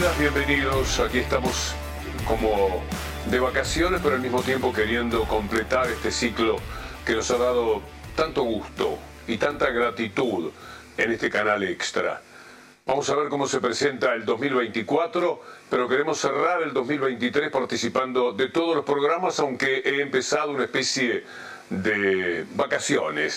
Bienvenidas, bienvenidos. Aquí estamos como de vacaciones, pero al mismo tiempo queriendo completar este ciclo que nos ha dado tanto gusto y tanta gratitud en este canal extra. Vamos a ver cómo se presenta el 2024, pero queremos cerrar el 2023 participando de todos los programas, aunque he empezado una especie de vacaciones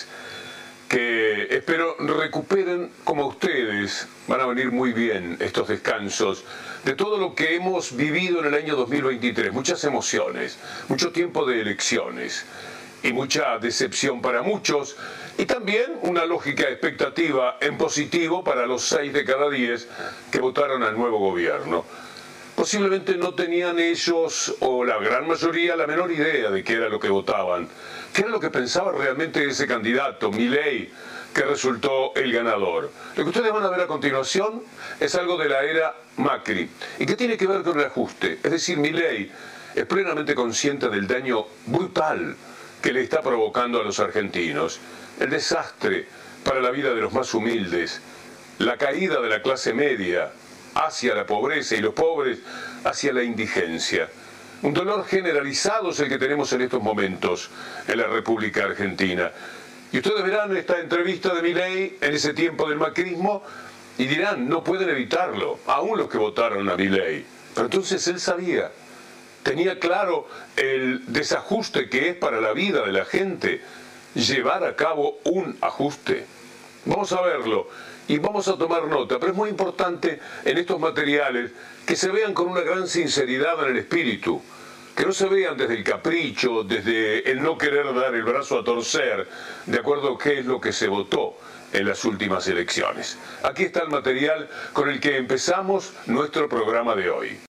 que espero recuperen como ustedes. Van a venir muy bien estos descansos de todo lo que hemos vivido en el año 2023. Muchas emociones, mucho tiempo de elecciones y mucha decepción para muchos, y también una lógica expectativa en positivo para los 6 de cada 10 que votaron al nuevo gobierno. Posiblemente no tenían ellos, o la gran mayoría, la menor idea de qué era lo que votaban, qué era lo que pensaba realmente ese candidato, Milei, que resultó el ganador. Lo que ustedes van a ver a continuación es algo de la era Macri, y que tiene que ver con el ajuste. Es decir, Milei es plenamente consciente del daño brutal que le está provocando a los argentinos, el desastre para la vida de los más humildes, la caída de la clase media hacia la pobreza y los pobres hacia la indigencia. Un dolor generalizado es el que tenemos en estos momentos en la República Argentina. Y ustedes verán esta entrevista de Milei en ese tiempo del macrismo y dirán, no pueden evitarlo, aún los que votaron a Milei. Pero entonces él sabía, tenía claro el desajuste que es para la vida de la gente llevar a cabo un ajuste. Vamos a verlo y vamos a tomar nota, pero es muy importante en estos materiales que se vean con una gran sinceridad en el espíritu, que no se vean desde el capricho, desde el no querer dar el brazo a torcer, de acuerdo a qué es lo que se votó en las últimas elecciones. Aquí está el material con el que empezamos nuestro programa de hoy.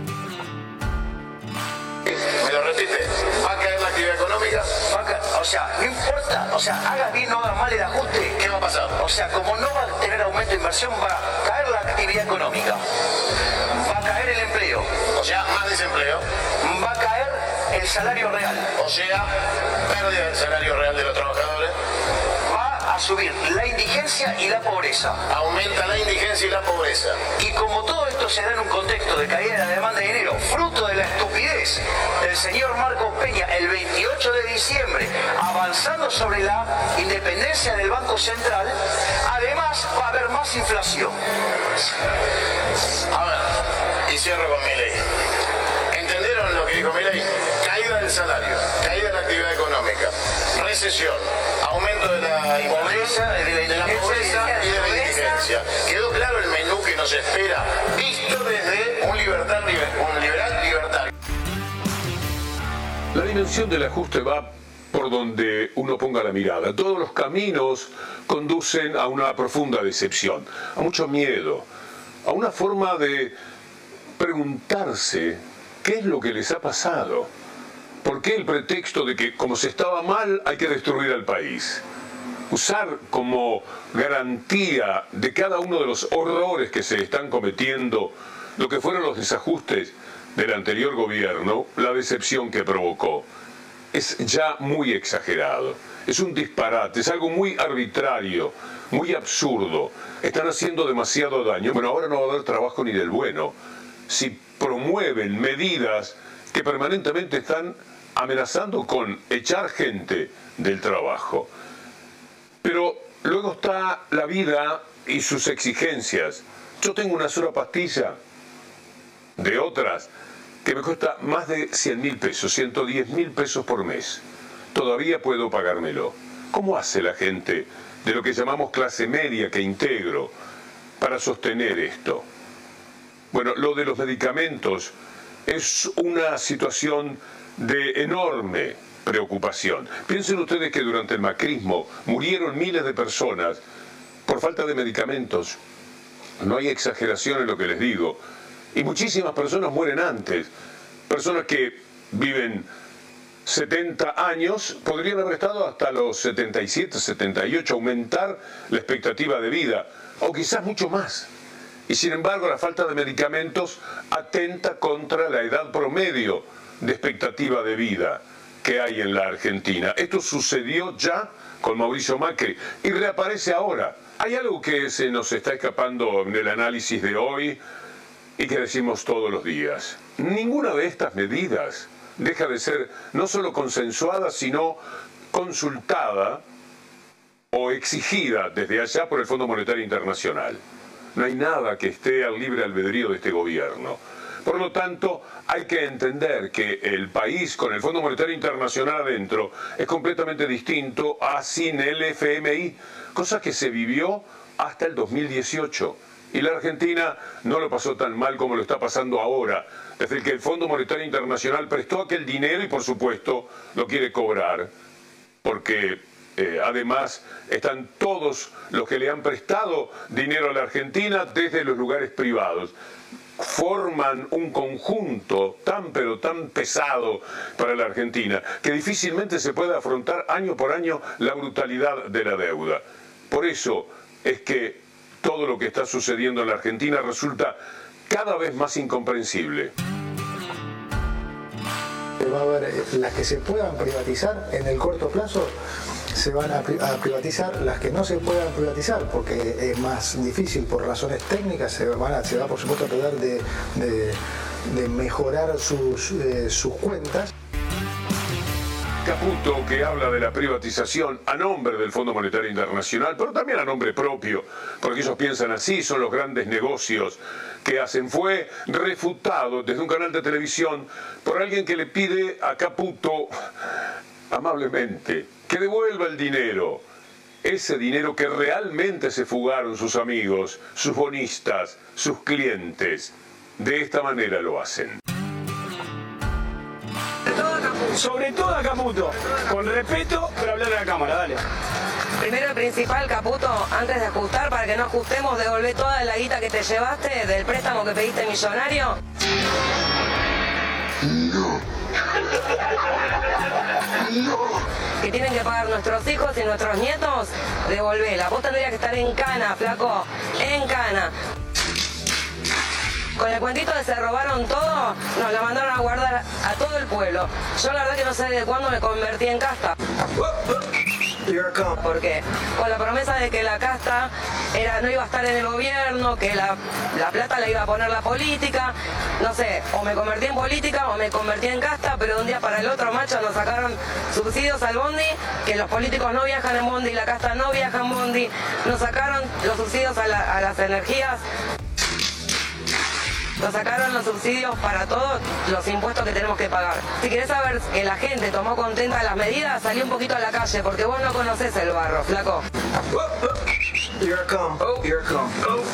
Me lo repite, ¿va a caer la actividad económica? O sea, no importa, hagas bien o hagas mal el ajuste. ¿Qué va a pasar? O sea, como no va a tener aumento de inversión, va a caer la actividad económica, va a caer el empleo, O sea, más desempleo, va a caer el salario real, o sea, pérdida del salario real de los trabajadores, va a subir la indigencia y la pobreza. aumenta la indigencia y la pobreza. Y como todo esto se da en un contexto de caída de la demanda de dinero, fruto de la estupidez del señor Marcos Peña el 28 de diciembre, avanzando sobre la independencia del Banco Central, además va a haber más inflación. A ver, y cierro con Milei. ¿Entendieron lo que dijo Milei? Caída del salario, caída de la actividad económica, recesión, aumento de la Pobreza, de la pobreza y de la indigencia. ¿Quedó claro el menú que nos espera, visto desde un liberal libertario? La dimensión del ajuste va por donde uno ponga la mirada. Todos los caminos conducen a una profunda decepción, a mucho miedo, a una forma de preguntarse qué es lo que les ha pasado. ¿Por qué el pretexto de que como se estaba mal hay que destruir al país? Usar como garantía de cada uno de los horrores que se están cometiendo lo que fueron los desajustes del anterior gobierno, la decepción que provocó. Es ya muy exagerado, es un disparate, es algo muy arbitrario, muy absurdo. Están haciendo demasiado daño. Bueno, ahora no va a haber trabajo ni del bueno si promueven medidas que permanentemente están amenazando con echar gente del trabajo. Pero luego está la vida y sus exigencias. Yo tengo una sola pastilla de otras que me cuesta más de 100.000 pesos, 110.000 pesos por mes. Todavía puedo pagármelo. ¿Cómo hace la gente de lo que llamamos clase media que integro para sostener esto? Bueno, lo de los medicamentos es una situación de enorme preocupación. Piensen ustedes que durante el macrismo murieron miles de personas por falta de medicamentos. No hay exageración en lo que les digo. Y muchísimas personas mueren antes. Personas que viven 70 años podrían haber estado hasta los 77, 78, aumentar la expectativa de vida, o quizás mucho más. Y sin embargo, la falta de medicamentos atenta contra la edad promedio de expectativa de vida que hay en la Argentina. Esto sucedió ya con Mauricio Macri y reaparece ahora. Hay algo que se nos está escapando en el análisis de hoy y que decimos todos los días. Ninguna de estas medidas deja de ser no solo consensuada, sino consultada o exigida desde allá por el Fondo Monetario Internacional. No hay nada que esté al libre albedrío de este gobierno. Por lo tanto, hay que entender que el país con el Fondo Monetario Internacional adentro es completamente distinto a sin el FMI, cosa que se vivió hasta el 2018. Y la Argentina no lo pasó tan mal como lo está pasando ahora, desde que el Fondo Monetario Internacional prestó aquel dinero y por supuesto lo quiere cobrar, porque además están todos los que le han prestado dinero a la Argentina desde los lugares privados. Forman un conjunto tan pero tan pesado para la Argentina que difícilmente se puede afrontar año por año la brutalidad de la deuda. Por eso es que todo lo que está sucediendo en la Argentina resulta cada vez más incomprensible. Va a haber las que se puedan privatizar en el corto plazo, se van a privatizar. Las que no se puedan privatizar porque es más difícil por razones técnicas, se va por supuesto a tratar de mejorar sus cuentas. Caputo, que habla de la privatización a nombre del Fondo Monetario Internacional, pero también a nombre propio, porque ellos piensan así, son los grandes negocios que hacen, fue refutado desde un canal de televisión por alguien que le pide a Caputo amablemente que devuelva el dinero, ese dinero que realmente se fugaron sus amigos, sus bonistas, sus clientes. De esta manera lo hacen. Sobre todo a Caputo, con respeto, pero hablar a la cámara, dale. Primero y principal, Caputo, antes de ajustar, para que no ajustemos, devolver toda la guita que te llevaste del préstamo que pediste millonario. No. Que tienen que pagar nuestros hijos y nuestros nietos, devolvela. Vos tendrías que estar en cana, flaco, en cana. Con el cuentito de se robaron todo, nos la mandaron a guardar a todo el pueblo. Yo la verdad que no sé de cuándo me convertí en casta. Porque con la promesa de que la casta no iba a estar en el gobierno, que la plata la iba a poner la política, no sé, o me convertí en política o me convertí en casta, pero de un día para el otro, macho, nos sacaron subsidios al bondi, que los políticos no viajan en bondi, la casta no viaja en bondi, nos sacaron los subsidios a las energías. Nos sacaron los subsidios para todos los impuestos que tenemos que pagar. Si querés saber que la gente tomó contenta las medidas, salí un poquito a la calle, porque vos no conocés el barro, flaco. Here I come. Oh, here I come. Oh.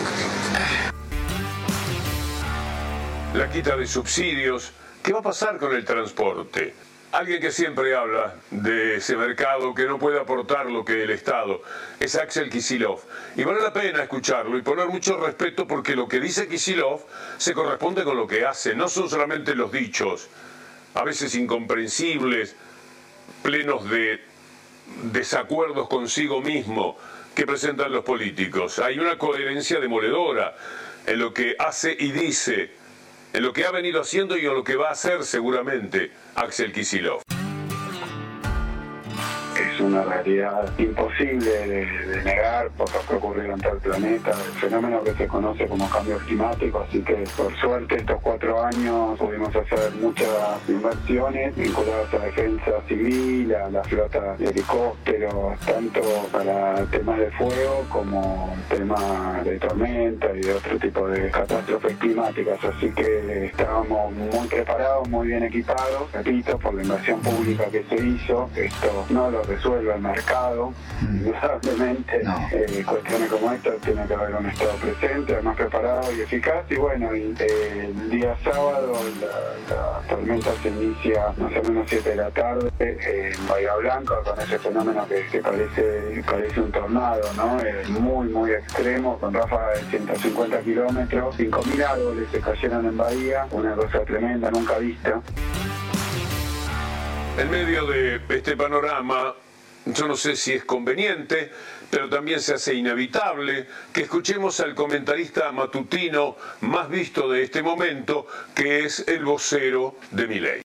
La quita de subsidios. ¿Qué va a pasar con el transporte? Alguien que siempre habla de ese mercado que no puede aportar lo que el Estado es Axel Kicillof. Y vale la pena escucharlo y poner mucho respeto porque lo que dice Kicillof se corresponde con lo que hace. No son solamente los dichos, a veces incomprensibles, plenos de desacuerdos consigo mismo que presentan los políticos. Hay una coherencia demoledora en lo que hace y dice, en lo que ha venido haciendo y en lo que va a hacer seguramente Axel Kicillof. Es una realidad imposible de negar por lo que ocurrió en todo el planeta, el fenómeno que se conoce como cambio climático, así que por suerte estos 4 años pudimos hacer muchas inversiones vinculadas a defensa civil, a la flota de helicópteros, tanto para temas de fuego como temas de tormenta y de otro tipo de catástrofes climáticas, así que estábamos muy preparados, muy bien equipados, repito, por la inversión pública que se hizo. Esto no lo resuelve el mercado, indudablemente. No. Cuestiones como esta tiene que haber un Estado presente, más preparado y eficaz. Y bueno, el día sábado la tormenta se inicia más o menos 7 de la tarde en Bahía Blanca, con ese fenómeno que parece un tornado, ¿no? Muy extremo, con ráfagas de 150 kilómetros, 5.000 árboles se cayeron en Bahía, una cosa tremenda, nunca vista. En medio de este panorama, yo no sé si es conveniente, pero también se hace inevitable que escuchemos al comentarista matutino más visto de este momento, que es el vocero de Milei.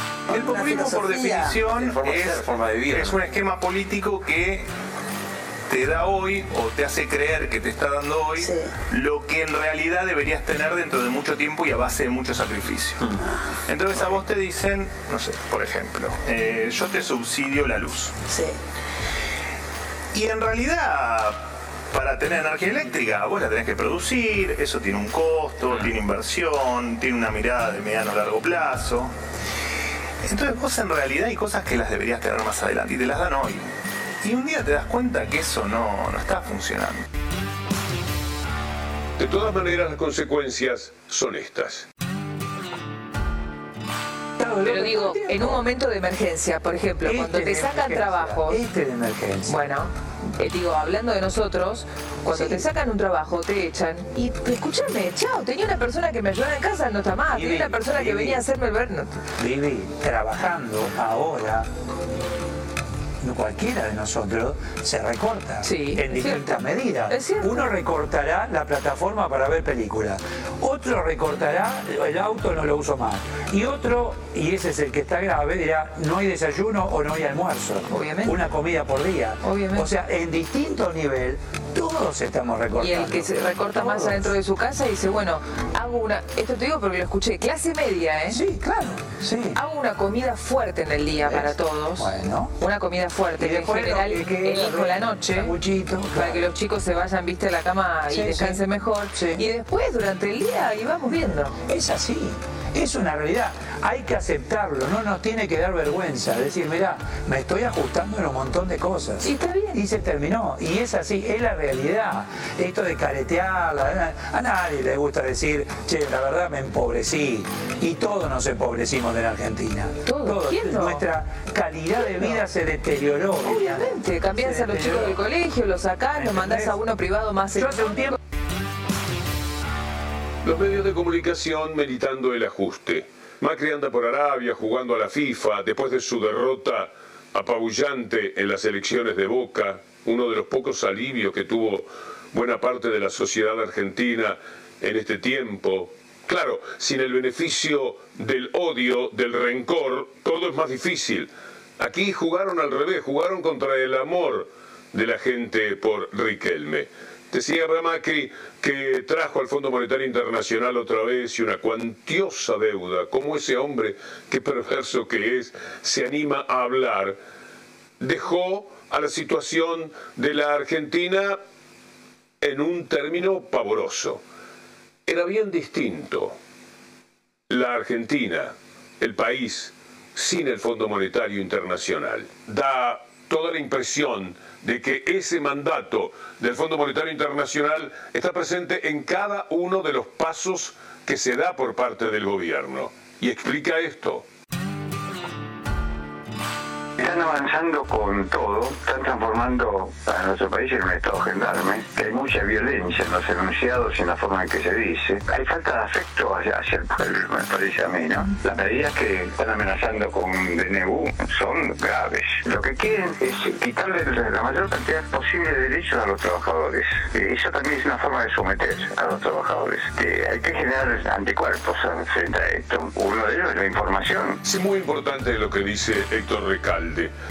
El populismo, por definición, es un esquema político que te da hoy o te hace creer que te está dando hoy Sí. lo que en realidad deberías tener dentro de mucho tiempo y a base de mucho sacrificio. Entonces a vos te dicen, no sé, por ejemplo, yo te subsidio la luz. Sí. Y en realidad, para tener energía eléctrica, vos la tenés que producir, eso tiene un costo, tiene inversión, tiene una mirada de mediano a largo plazo. Entonces vos en realidad hay cosas que las deberías tener más adelante y te las dan hoy. Y un día te das cuenta que eso no está funcionando. De todas maneras, las consecuencias son estas. Pero digo, en un momento de emergencia, por ejemplo, cuando te sacan trabajos... de emergencia. Bueno, digo, hablando de nosotros, cuando te sacan un trabajo, te echan, y escúchame, chao, tenía una persona que me ayudaba en casa, no está más, tenía una persona que venía a hacerme el ver... No. Vivi, trabajando ahora, cualquiera de nosotros se recorta en distintas medidas. Uno recortará la plataforma para ver películas, otro recortará el auto, no lo uso más, y otro, y ese es el que está grave, dirá no hay desayuno o no hay almuerzo. Obviamente. Una comida por día. Obviamente. O sea, en distinto nivel todos estamos recortando. Y el que se recorta más adentro de su casa dice, bueno, hago una, esto te digo porque lo escuché, clase media, ¿eh? Sí, claro, sí. Hago una comida fuerte en el día para todos. Bueno. Una comida fuerte, que en general elijo la noche, para que los chicos se vayan, viste, a la cama y descansen mejor. Sí. Y después, durante el día, y vamos viendo. Es así. Es una realidad, hay que aceptarlo, no nos tiene que dar vergüenza, decir, mirá, me estoy ajustando en un montón de cosas. Y está bien. Y se terminó, y es así, es la realidad. Esto de caretearla, a nadie le gusta decir, che, la verdad me empobrecí, y todos nos empobrecimos de la Argentina. Todos. Nuestra calidad de vida se deterioró. Obviamente, cambiás a los chicos del colegio, los sacás, los mandás a uno privado más. Yo hace un tiempo... Los medios de comunicación militando el ajuste. Macri anda por Arabia jugando a la FIFA después de su derrota apabullante en las elecciones de Boca, uno de los pocos alivios que tuvo buena parte de la sociedad argentina en este tiempo. Claro, sin el beneficio del odio, del rencor, todo es más difícil. Aquí jugaron al revés, jugaron contra el amor de la gente por Riquelme. Decía Macri que trajo al Fondo Monetario Internacional otra vez y una cuantiosa deuda. Como ese hombre, qué perverso que es, se anima a hablar, dejó a la situación de la Argentina en un término pavoroso. Era bien distinto la Argentina, el país, sin el Fondo Monetario Internacional. Da toda la impresión de que ese mandato del Fondo Monetario Internacional está presente en cada uno de los pasos que se da por parte del gobierno. Y explica esto. Están avanzando con todo, están transformando a nuestro país en un estado gendarme, que hay mucha violencia en los enunciados y en la forma en que se dice. Hay falta de afecto hacia el pueblo, me parece a mí, ¿no? Las medidas que están amenazando con DNU son graves. Lo que quieren es quitarle la mayor cantidad posible de derechos a los trabajadores. Eso también es una forma de someter a los trabajadores. Hay que generar anticuerpos frente a esto. Uno de ellos es la información. Es muy importante lo que dice Héctor Recalde.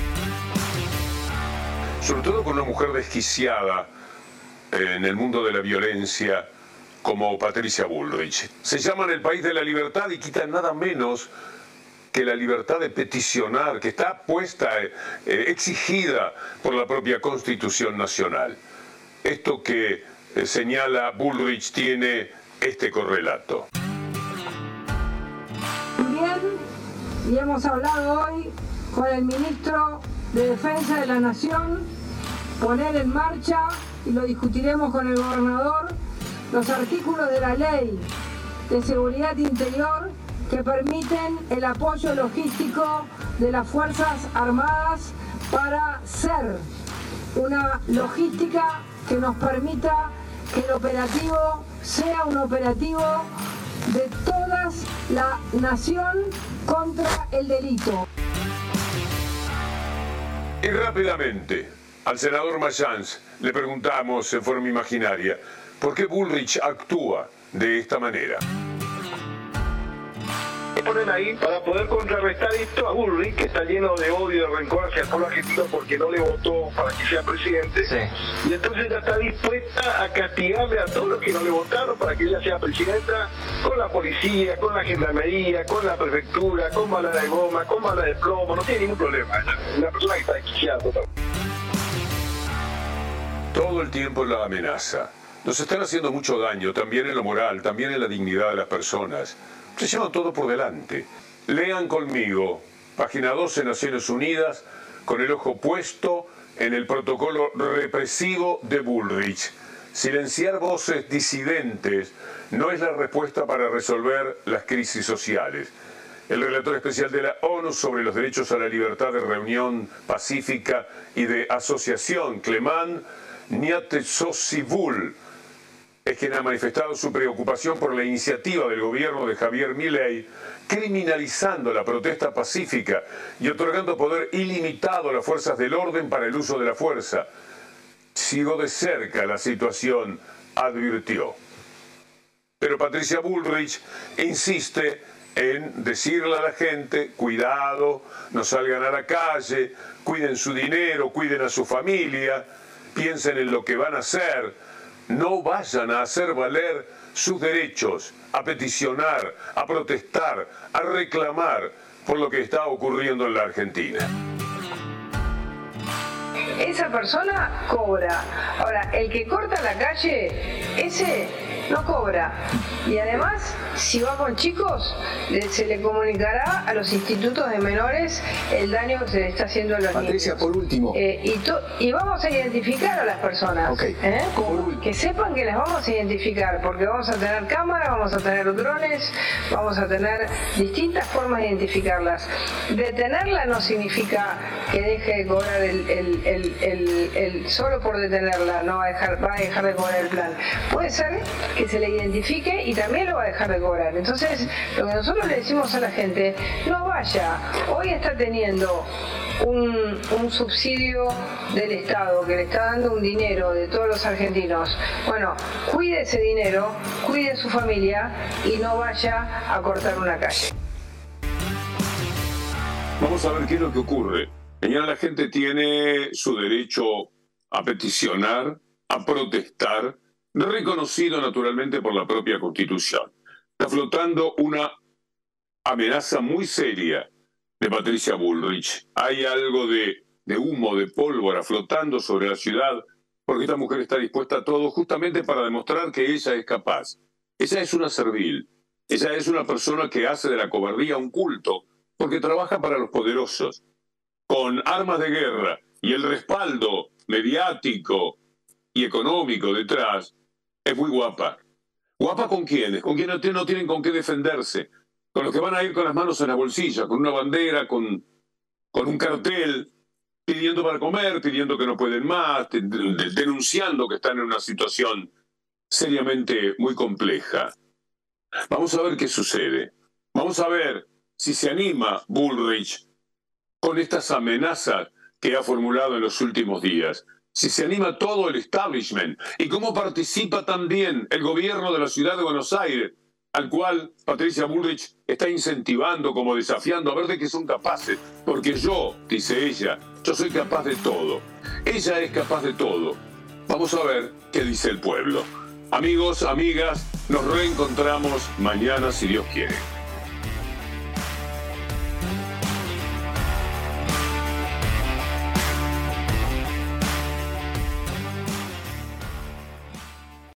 Sobre todo con una mujer desquiciada en el mundo de la violencia como Patricia Bullrich. Se llaman el país de la libertad y quitan nada menos que la libertad de peticionar, que está puesta, exigida por la propia Constitución Nacional. Esto que señala Bullrich tiene este correlato. Bien, y hemos hablado hoy con el ministro de Defensa de la Nación, poner en marcha, y lo discutiremos con el gobernador, los artículos de la Ley de Seguridad Interior que permiten el apoyo logístico de las Fuerzas Armadas para ser una logística que nos permita que el operativo sea un operativo de toda la nación contra el delito. Y rápidamente, al senador Mayans le preguntamos en forma imaginaria, ¿por qué Bullrich actúa de esta manera? ponen ahí para poder contrarrestar esto a Bullrich, que está lleno de odio y de rencor hacia el pueblo argentino porque no le votó para que sea presidente. Sí. Y entonces ella está dispuesta a castigarle a todos los que no le votaron para que ella sea presidenta, con la policía, con la gendarmería, con la prefectura, con balas de goma, con balas de plomo, no tiene ningún problema. Es una persona que está desquiciada totalmente. Todo el tiempo la amenaza. Nos están haciendo mucho daño, también en lo moral, también en la dignidad de las personas. Se llevan todo por delante. Lean conmigo, página 12, Naciones Unidas, con el ojo puesto en el protocolo represivo de Bullrich. Silenciar voces disidentes no es la respuesta para resolver las crisis sociales. El relator especial de la ONU sobre los derechos a la libertad de reunión pacífica y de asociación, Clement Niatsosibul, es quien ha manifestado su preocupación por la iniciativa del gobierno de Javier Milei, criminalizando la protesta pacífica y otorgando poder ilimitado a las fuerzas del orden para el uso de la fuerza. Sigo de cerca la situación, advirtió. Pero Patricia Bullrich insiste en decirle a la gente, cuidado, no salgan a la calle, cuiden su dinero, cuiden a su familia, piensen en lo que van a hacer, no vayan a hacer valer sus derechos, a peticionar, a protestar, a reclamar por lo que está ocurriendo en la Argentina. Esa persona cobra. Ahora, el que corta la calle, ese no cobra. Y además, si va con chicos, se le comunicará a los institutos de menores el daño que se le está haciendo a los niños. Patricia, por último. Y vamos a identificar a las personas. Okay. Que sepan que las vamos a identificar, porque vamos a tener cámaras, vamos a tener drones, vamos a tener distintas formas de identificarlas. Detenerla no significa que deje de cobrar solo por detenerla no va a dejar de cobrar el plan. Puede ser que se le identifique y también lo va a dejar de cobrar. Entonces, lo que nosotros le decimos a la gente, no vaya. Hoy está teniendo un subsidio del Estado que le está dando un dinero de todos los argentinos. Bueno, cuide ese dinero, cuide su familia y no vaya a cortar una calle. Vamos a ver qué es lo que ocurre. Mañana la gente tiene su derecho a peticionar, a protestar, reconocido naturalmente por la propia Constitución. Está flotando una amenaza muy seria de Patricia Bullrich. Hay algo de humo, de pólvora flotando sobre la ciudad, porque esta mujer está dispuesta a todo justamente para demostrar que ella es capaz. Ella es una servil. Ella es una persona que hace de la cobardía un culto, porque trabaja para los poderosos, con armas de guerra y el respaldo mediático y económico detrás. Es muy guapa. ¿Guapa con quiénes? Con quienes no tienen con qué defenderse. Con los que van a ir con las manos en la bolsilla, con una bandera, con un cartel, pidiendo para comer, pidiendo que no pueden más, denunciando que están en una situación seriamente muy compleja. Vamos a ver qué sucede. Vamos a ver si se anima Bullrich con estas amenazas que ha formulado en los últimos días. Si se anima todo el establishment y cómo participa también el gobierno de la ciudad de Buenos Aires, al cual Patricia Bullrich está incentivando, como desafiando, a ver de qué son capaces. Porque yo, dice ella, yo soy capaz de todo. Ella es capaz de todo. Vamos a ver qué dice el pueblo. Amigos, amigas, nos reencontramos mañana si Dios quiere.